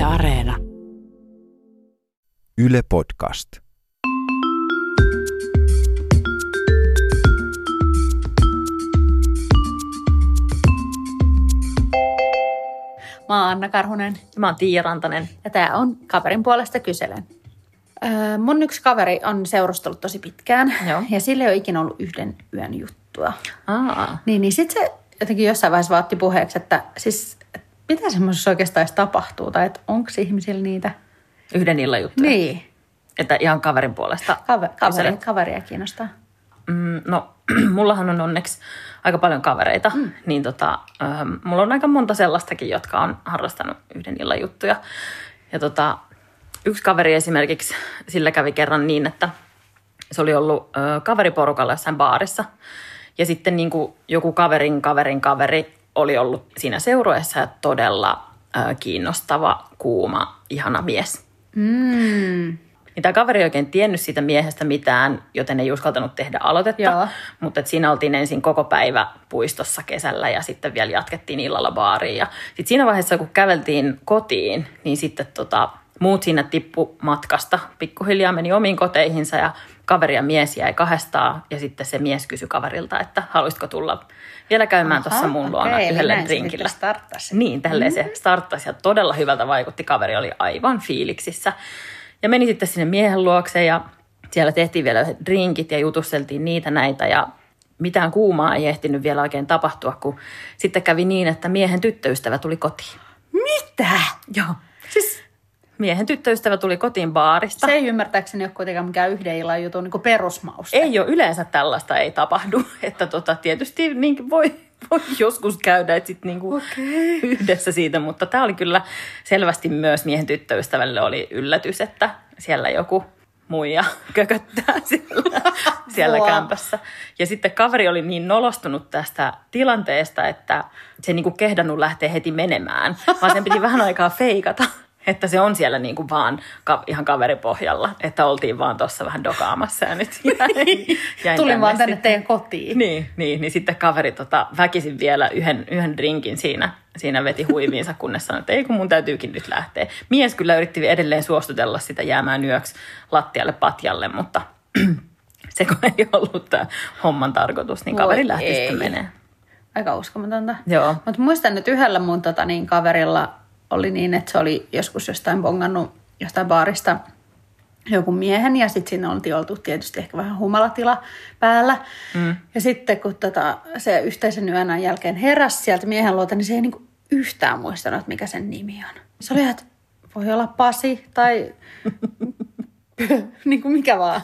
Areena. Yle Podcast. Mä oon Anna Karhunen. Ja mä oon Tiia Rantanen. Ja tää on Kaverin puolesta kyselen. Mun yksi kaveri on seurustellut tosi pitkään. Joo. Ja sillä ei ole ikinä ollut yhden yön juttua. Aa. Niin sit se jotenkin jossain vaiheessa vaan otti puheeksi, että siis mitä semmoisessa oikeastaan edes tapahtuu? Tai että onko ihmisillä niitä? Yhden illan juttuja. Niin. Että ihan kaverin puolesta. Kaveria kiinnostaa. No, mullahan on onneksi aika paljon kavereita. Niin mulla on aika monta sellaistakin, jotka on harrastanut yhden illan juttuja. Ja yksi kaveri esimerkiksi, sillä kävi kerran niin, että se oli ollut kaveriporukalla jossain baarissa. Ja sitten niin kuin joku kaveri oli ollut siinä seurueessa ja todella kiinnostava, kuuma, ihana mies. Niin tämä kaveri ei oikein tiennyt siitä miehestä mitään, joten ei uskaltanut tehdä aloitetta. Joo. Mutta siinä oltiin ensin koko päivä puistossa kesällä ja sitten vielä jatkettiin illalla baariin. Ja sitten siinä vaiheessa, kun käveltiin kotiin, niin sitten muut siinä tippu matkasta. Pikkuhiljaa meni omiin koteihinsa ja kaveri ja mies jäi kahdestaan. Ja sitten se mies kysyi kaverilta, että haluaisitko tulla vielä käymään tuossa mun luona yhdelle drinkillä. Niin, tälleen se starttasi ja todella hyvältä vaikutti. Kaveri oli aivan fiiliksissä. Ja meni sitten sinne miehen luokse ja siellä tehtiin vielä drinkit ja jutusteltiin niitä näitä ja mitään kuumaa ei ehtinyt vielä oikein tapahtua, kun sitten kävi niin, että miehen tyttöystävä tuli kotiin. Mitä? Joo. Siis miehen tyttöystävä tuli kotiin baarista. Se ei ymmärtääkseni ole kuitenkaan mikään yhden illan jutun niin kuin perusmauste. Ei ole, yleensä tällaista ei tapahdu, että tietysti niin voi joskus käydä että sit niinku yhdessä siitä, mutta tämä oli kyllä selvästi myös miehen tyttöystävälle oli yllätys, että siellä joku muija kököttää siellä kämpässä. Ja sitten kaveri oli niin nolostunut tästä tilanteesta, että se ei niinku kehdannut lähteä heti menemään, vaan sen piti vähän aikaa feikata. Että se on siellä niinku vaan ihan kaveripohjalla, että oltiin vaan tuossa vähän dokaamassa ja nyt jäin Tulin vaan tänne teidän kotiin. Niin sitten kaveri väkisin vielä yhden drinkin siinä veti huiviinsa, kunnes sanoi, että ei kun mun täytyykin nyt lähteä. Mies kyllä yritti edelleen suostutella sitä jäämään yöksi lattialle patjalle, mutta se kun ei ollut tämä homman tarkoitus, niin kaveri lähti sitten menee. Aika uskomatonta. Joo. Mutta muistan, että yhdellä mun kaverilla oli niin, että se oli joskus jostain bongannut jostain baarista joku miehen ja sitten siinä oltiin oltu tietysti ehkä vähän humalatila päällä. Ja sitten kun se yhteisen yön jälkeen heräsi sieltä miehen luota, niin se ei niinku yhtään muistanut, että mikä sen nimi on. Se oli, että voi olla Pasi tai niinku mikä vaan.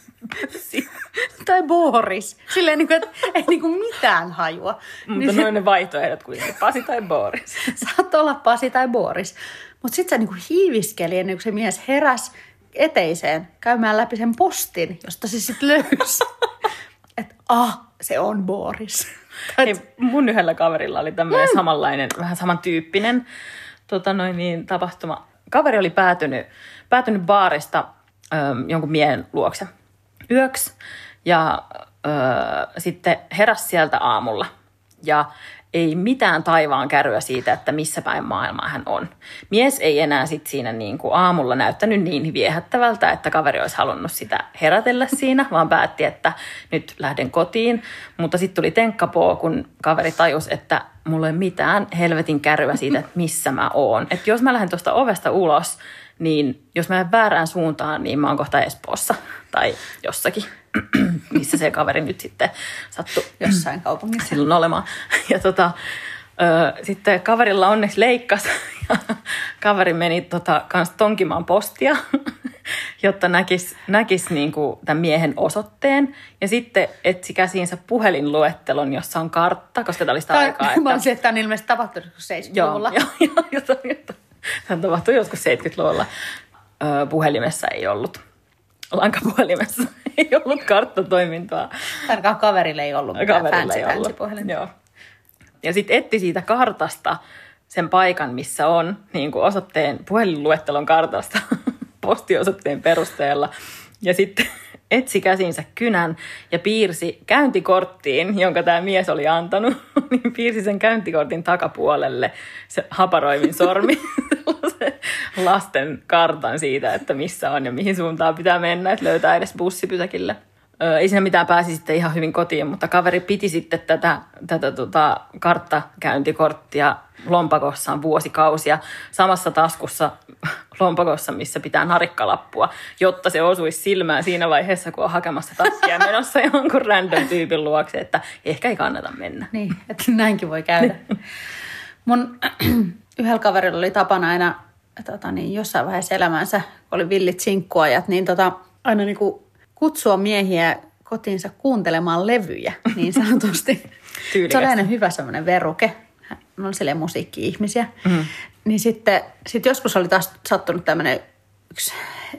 Tai Boris. Silleen, niin kuin, että ei niin kuin mitään hajua. Mutta niin noin ne vaihtoehdot kuitenkin, Pasi tai Boris. Saat olla Pasi tai Boris. Mutta sitten se niin kuin hiiviskeli ennen kuin se mies heräsi eteiseen käymään läpi sen postin, josta se sitten löysi. Että se on Boris. Hei, mun yhdellä kaverilla oli tämmöinen samanlainen, vähän samantyyppinen tapahtuma. Kaveri oli päätynyt baarista jonkun miehen luokse yöksi ja sitten heräsi sieltä aamulla ja ei mitään taivaan kärryä siitä, että missä päin maailmaa hän on. Mies ei enää sitten siinä niin kuin aamulla näyttänyt niin viehättävältä, että kaveri olisi halunnut sitä herätellä siinä, vaan päätti, että nyt lähden kotiin. Mutta sitten tuli tenkkapoo, kun kaveri tajusi, että mulla ei mitään helvetin kärryä siitä, että missä mä oon. Että jos mä lähden tuosta ovesta ulos, niin jos mä lähden väärään suuntaan, niin mä oon kohta Espoossa tai jossakin, missä se kaveri nyt sitten sattui Jossain kaupungissa. silloin olemaan. Ja sitten kaverilla onneksi leikkasi ja kaveri meni kans tonkimaan postia, jotta näkisi niinku tämän miehen osoitteen. Ja sitten etsi käsiinsä puhelinluettelon, jossa on kartta, koska tämä oli sitä aikaa. Mä olisin, että tämä on ilmeisesti tapahtunut 70-luvulla. Joo. Tämä tapahtui joskus 70-luvulla. Puhelimessa ei ollut. Lankapuhelimessa ei ollut karttatoimintaa. Tarkaan kaverille ei ollut mitään fancy puhelinta. Joo. Ja sitten etti siitä kartasta sen paikan, missä on niin kuin osoitteen puhelinluettelon kartasta postiosoitteen perusteella. Ja sitten etsi käsinsä kynän ja piirsi käyntikorttiin, jonka tämä mies oli antanut, niin piirsi sen käyntikortin takapuolelle se haparoivin sormi lasten kartan siitä, että missä on ja mihin suuntaan pitää mennä, että löytää edes bussipysäkille. Ei siinä mitään, pääsi sitten ihan hyvin kotiin, mutta kaveri piti sitten tätä karttakäyntikorttia lompakossaan vuosikausia samassa taskussa lompakossa, missä pitää narikkalappua, jotta se osuisi silmään siinä vaiheessa, kun on hakemassa takkia menossa jonkun random tyypin luokse, että ehkä ei kannata mennä. Niin, että näinkin voi käydä. Mun yhdellä kaverilla oli tapana aina jossain vaiheessa elämänsä, kun oli villit sinkkuajat, niin aina niinku kutsua miehiä kotiinsa kuuntelemaan levyjä, niin sanotusti. Se oli aina hyvä semmoinen veruke. Ne oli silleen musiikki-ihmisiä. Mm. Niin sitten joskus oli taas sattunut tämmöinen yksi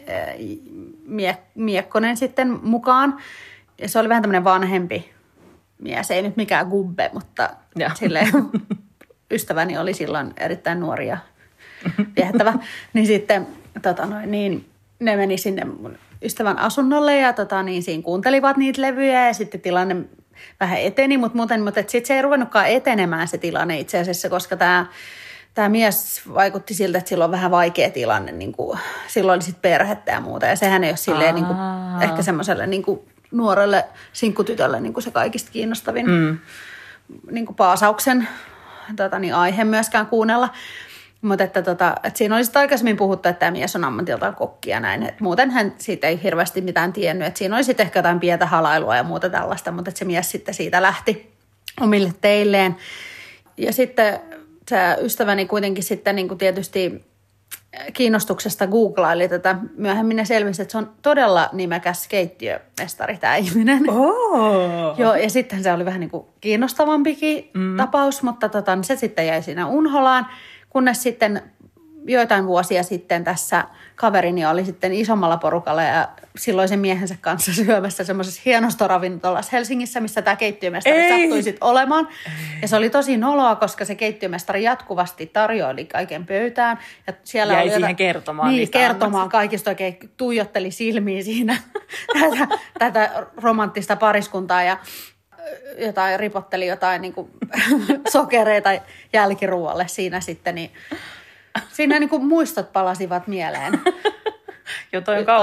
miekkonen sitten mukaan. Ja se oli vähän tämmöinen vanhempi mies. Ei nyt mikään gubbe, mutta silleen ystäväni oli silloin erittäin nuori ja viehättävä. Niin sitten niin ne meni sinne mun ystävän asunnolle ja siinä kuuntelivat niitä levyjä ja sitten tilanne vähän eteni, mutta sitten se ei ruvennutkaan etenemään se tilanne itse asiassa, koska tämä mies vaikutti siltä, että sillä on vähän vaikea tilanne, niin kuin, silloin oli sitten perhettä ja muuta ja sehän ei ole silleen niin kuin, ehkä semmoiselle niin kuin nuorelle sinkkutytölle niin kuin se kaikista kiinnostavin niin kuin paasauksen aihe myöskään kuunnella. Mutta että siinä oli sitten aikaisemmin puhuttu, että tämä mies on ammatiltaan kokki ja näin. Et muuten hän siitä ei hirveästi mitään tiennyt. Et siinä oli sitten ehkä jotain pientä halailua ja muuta tällaista, mutta se mies sitten siitä lähti omille teilleen. Ja sitten se ystäväni kuitenkin sitten niin kuin tietysti kiinnostuksesta googlaili tätä. Myöhemmin ne selvisi, että se on todella nimekäs keittiömestari tämä ihminen. Oh. Joo, ja sitten se oli vähän niin kuin kiinnostavampikin tapaus, mutta se sitten jäi siinä unholaan. Kunnes sitten joitain vuosia sitten tässä kaverini oli sitten isommalla porukalla ja silloisen miehensä kanssa syömässä semmoisessa hienosta ravintolassa Helsingissä, missä tämä keittiömestari sattui sitten olemaan. Ja se oli tosi noloa, koska se keittiömestari jatkuvasti tarjoili kaiken pöytään. Ja siellä jäi oli siihen kertomaan. Niin, kertomaan kaikista oikein, tuijotteli silmiin siinä tätä romanttista pariskuntaa ja ripotteli jotain niin kuin sokereita jälkiruoalle siinä sitten, niin siinä niin kuin muistot palasivat mieleen. Joo, toi on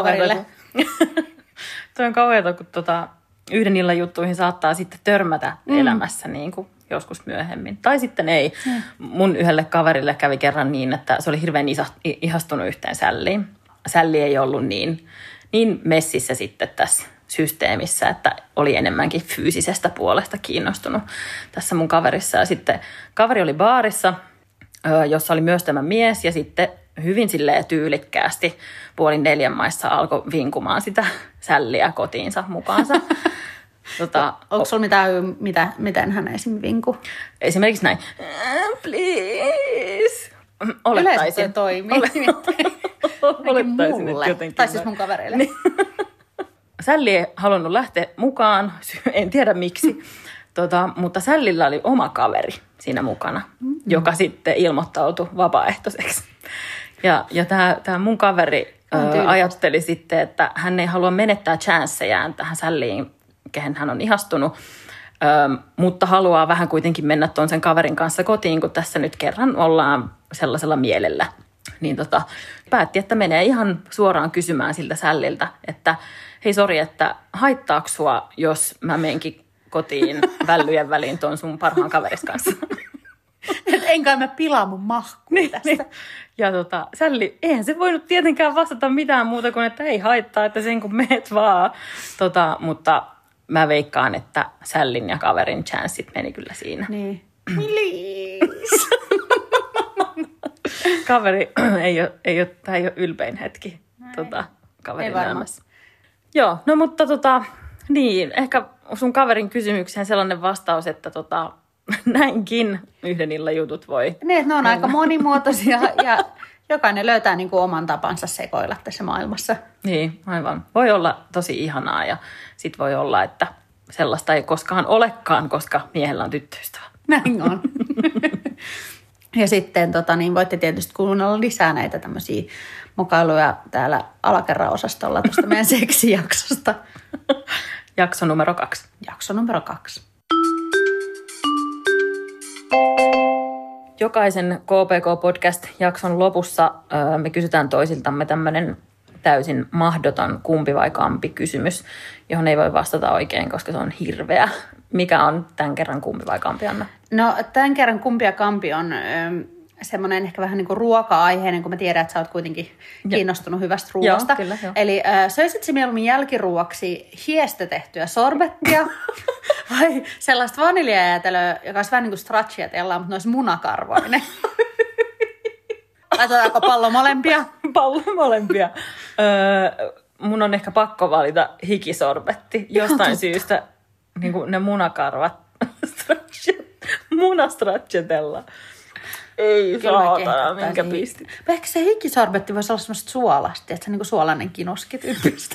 kauheata, kun yhden illan juttuihin saattaa sitten törmätä elämässä niin kuin joskus myöhemmin. Tai sitten ei. Mun yhdelle kaverille kävi kerran niin, että se oli hirveän ihastunut yhteen sälliin. Sälli ei ollut niin messissä sitten tässä systeemissä, että oli enemmänkin fyysisestä puolesta kiinnostunut tässä mun kaverissa. Ja sitten kaveri oli baarissa, jossa oli myös tämä mies, ja sitten hyvin silleen tyylikkäästi 3:30 maissa alkoi vinkumaan sitä sälliä kotiinsa mukaansa. Onko sulla miten hän esimerkiksi vinkui? Esimerkiksi näin, please. Olettaisin. Yleensä se toimii. Olettaisin, mulle. Että jotenkin. Tai siis mun kavereille. Niin. Sälli ei halunnut lähteä mukaan, en tiedä miksi, mutta Sällillä oli oma kaveri siinä mukana, joka sitten ilmoittautui vapaaehtoiseksi. Ja tämä mun kaveri ajatteli sitten, että hän ei halua menettää chanssejään tähän Sälliin, kehen hän on ihastunut, mutta haluaa vähän kuitenkin mennä tuon sen kaverin kanssa kotiin, kun tässä nyt kerran ollaan sellaisella mielellä. Niin päätti, että menee ihan suoraan kysymään siltä Sälliltä, että hei sori, että haittaako sua, jos mä menenkin kotiin vällyjen väliin tuon sun parhaan kaveris kanssa? Et enkä mä pilaa mun mahkuun tästä. Niin. Ja Sälli, eihän se voinut tietenkään vastata mitään muuta kuin, että ei haittaa, että sen kun meet vaan. Mutta mä veikkaan, että Sällin ja kaverin chanssit meni kyllä siinä. Niin. Please. Kaveri tämä ei ole ylpein hetki kaverin elämässä. Joo, no mutta niin, ehkä sun kaverin kysymykseen sellainen vastaus, että näinkin yhden illan jutut voi. Niin, että ne on aika monimuotoisia ja jokainen löytää niin kuin oman tapansa sekoilla tässä maailmassa. Niin, aivan. Voi olla tosi ihanaa ja sit voi olla, että sellaista ei koskaan olekaan, koska miehellä on tyttöystävä. Näin on. Ja sitten niin voitte tietysti kuunnella lisää näitä tämmöisiä mokailuja täällä alakerran-osastolla tuosta meidän seksijaksosta. Jakso numero 2. Jakso numero 2. Jokaisen KPK-podcast-jakson lopussa me kysytään toisiltamme tämmöinen täysin mahdoton kumpi vai kampi kysymys, johon ei voi vastata oikein, koska se on hirveä. Mikä on tämän kerran kumpi vai kampi, Anna? No tämän kerran kumpi ja kampi on semmoinen ehkä vähän niin kuin ruoka-aiheinen, kun mä tiedän, että sä oot kuitenkin kiinnostunut hyvästä ruoasta. Joo, kyllä, joo. Eli söisit sä mieluummin jälkiruoaksi hiestä tehtyä sorbettia vai sellaista vaniljajäätelöä, joka olisi vähän niin kuin stracciatella, mutta ne olisi munakarvoinen? Laitetaanko pallo molempia? Pallo molempia. Mun on ehkä pakko valita hikisorbetti jostain syystä. Niin kuin ne munakarvat. Munastracciatella. Ei saatana, minkä pistit. Ehkä se hikisorbetti voisi olla semmoista suolasti, että se on niin kuin suolainen kinoski tyyppistä.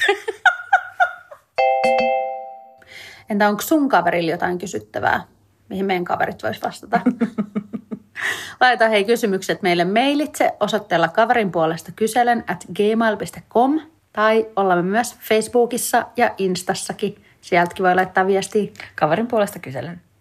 Entä onko sun kaverilla jotain kysyttävää, mihin meidän kaverit vois vastata? Laita hei kysymykset meille mailitse osoitteella kaverin puolesta kyselen@gmail.com tai olemme myös Facebookissa ja Instassakin. Sieltäkin voi laittaa viestiä. Kaverin puolesta kyselen.